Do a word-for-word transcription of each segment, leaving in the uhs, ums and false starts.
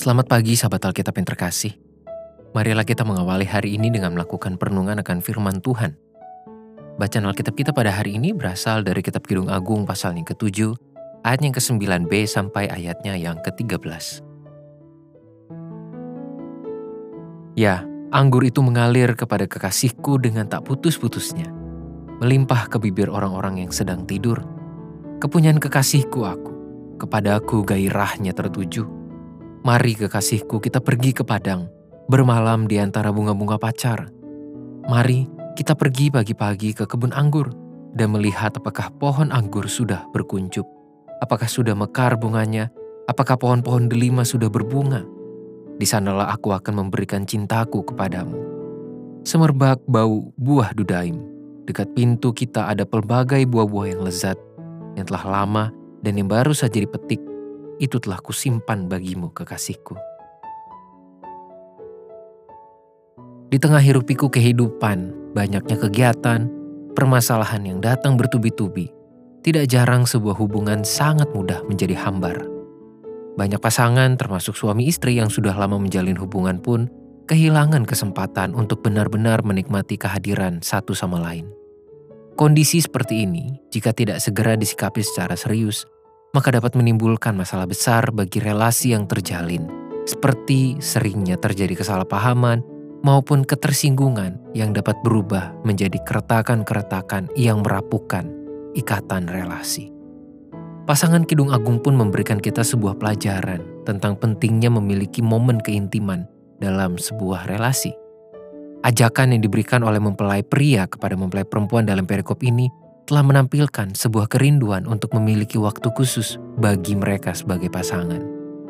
Selamat pagi sahabat Alkitab yang terkasih. Marilah kita mengawali hari ini dengan melakukan perenungan akan firman Tuhan. Bacaan Alkitab kita pada hari ini berasal dari Kitab Kidung Agung pasal yang ketujuh, ayat yang kesembilan b sampai ayatnya yang ketiga belas. Ya, anggur itu mengalir kepada kekasihku dengan tak putus-putusnya, melimpah ke bibir orang-orang yang sedang tidur. Kepunyaan kekasihku aku, kepada aku gairahnya tertuju. Mari kekasihku kita pergi ke padang, bermalam di antara bunga-bunga pacar. Mari kita pergi pagi-pagi ke kebun anggur dan melihat apakah pohon anggur sudah berkuncup, apakah sudah mekar bunganya, apakah pohon-pohon delima sudah berbunga. Di sanalah aku akan memberikan cintaku kepadamu. Semerbak bau buah dudaim, dekat pintu kita ada pelbagai buah-buah yang lezat, yang telah lama dan yang baru saja dipetik. Itu telah kusimpan bagimu kekasihku. Di tengah hiruk-pikuk kehidupan, banyaknya kegiatan, permasalahan yang datang bertubi-tubi, tidak jarang sebuah hubungan sangat mudah menjadi hambar. Banyak pasangan termasuk suami istri yang sudah lama menjalin hubungan pun kehilangan kesempatan untuk benar-benar menikmati kehadiran satu sama lain. Kondisi seperti ini, jika tidak segera disikapi secara serius, maka dapat menimbulkan masalah besar bagi relasi yang terjalin, seperti seringnya terjadi kesalahpahaman maupun ketersinggungan yang dapat berubah menjadi keretakan-keretakan yang merapuhkan ikatan relasi. Pasangan Kidung Agung pun memberikan kita sebuah pelajaran tentang pentingnya memiliki momen keintiman dalam sebuah relasi. Ajakan yang diberikan oleh mempelai pria kepada mempelai perempuan dalam perikop ini telah menampilkan sebuah kerinduan untuk memiliki waktu khusus bagi mereka sebagai pasangan.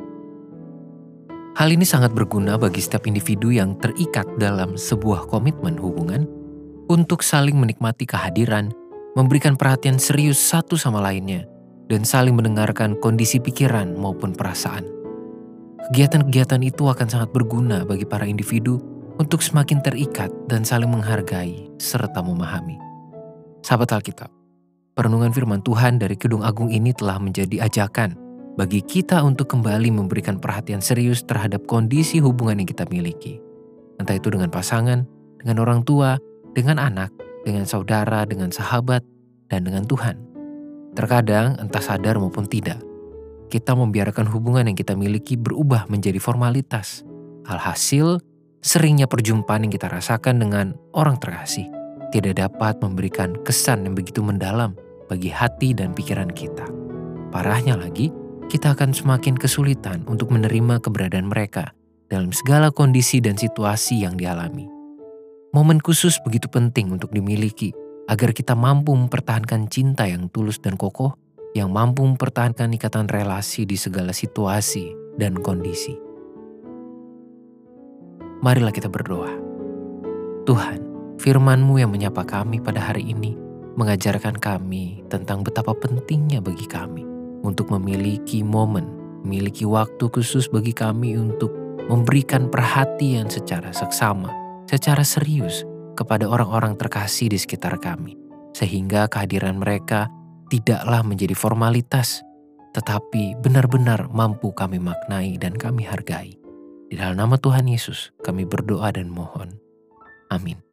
Hal ini sangat berguna bagi setiap individu yang terikat dalam sebuah komitmen hubungan untuk saling menikmati kehadiran, memberikan perhatian serius satu sama lainnya, dan saling mendengarkan kondisi pikiran maupun perasaan. Kegiatan-kegiatan itu akan sangat berguna bagi para individu untuk semakin terikat dan saling menghargai serta memahami. Sahabat Alkitab, perenungan firman Tuhan dari Kidung Agung ini telah menjadi ajakan bagi kita untuk kembali memberikan perhatian serius terhadap kondisi hubungan yang kita miliki. Entah itu dengan pasangan, dengan orang tua, dengan anak, dengan saudara, dengan sahabat, dan dengan Tuhan. Terkadang, entah sadar maupun tidak, kita membiarkan hubungan yang kita miliki berubah menjadi formalitas. Alhasil, seringnya perjumpaan yang kita rasakan dengan orang terkasih tidak dapat memberikan kesan yang begitu mendalam bagi hati dan pikiran kita. Parahnya lagi, kita akan semakin kesulitan untuk menerima keberadaan mereka dalam segala kondisi dan situasi yang dialami. Momen khusus begitu penting untuk dimiliki agar kita mampu mempertahankan cinta yang tulus dan kokoh, yang mampu mempertahankan ikatan relasi di segala situasi dan kondisi. Marilah kita berdoa. Tuhan, firman-Mu yang menyapa kami pada hari ini mengajarkan kami tentang betapa pentingnya bagi kami untuk memiliki momen, memiliki waktu khusus bagi kami untuk memberikan perhatian secara seksama, secara serius kepada orang-orang terkasih di sekitar kami, sehingga kehadiran mereka tidaklah menjadi formalitas, tetapi benar-benar mampu kami maknai dan kami hargai. Di dalam nama Tuhan Yesus, kami berdoa dan mohon. Amin.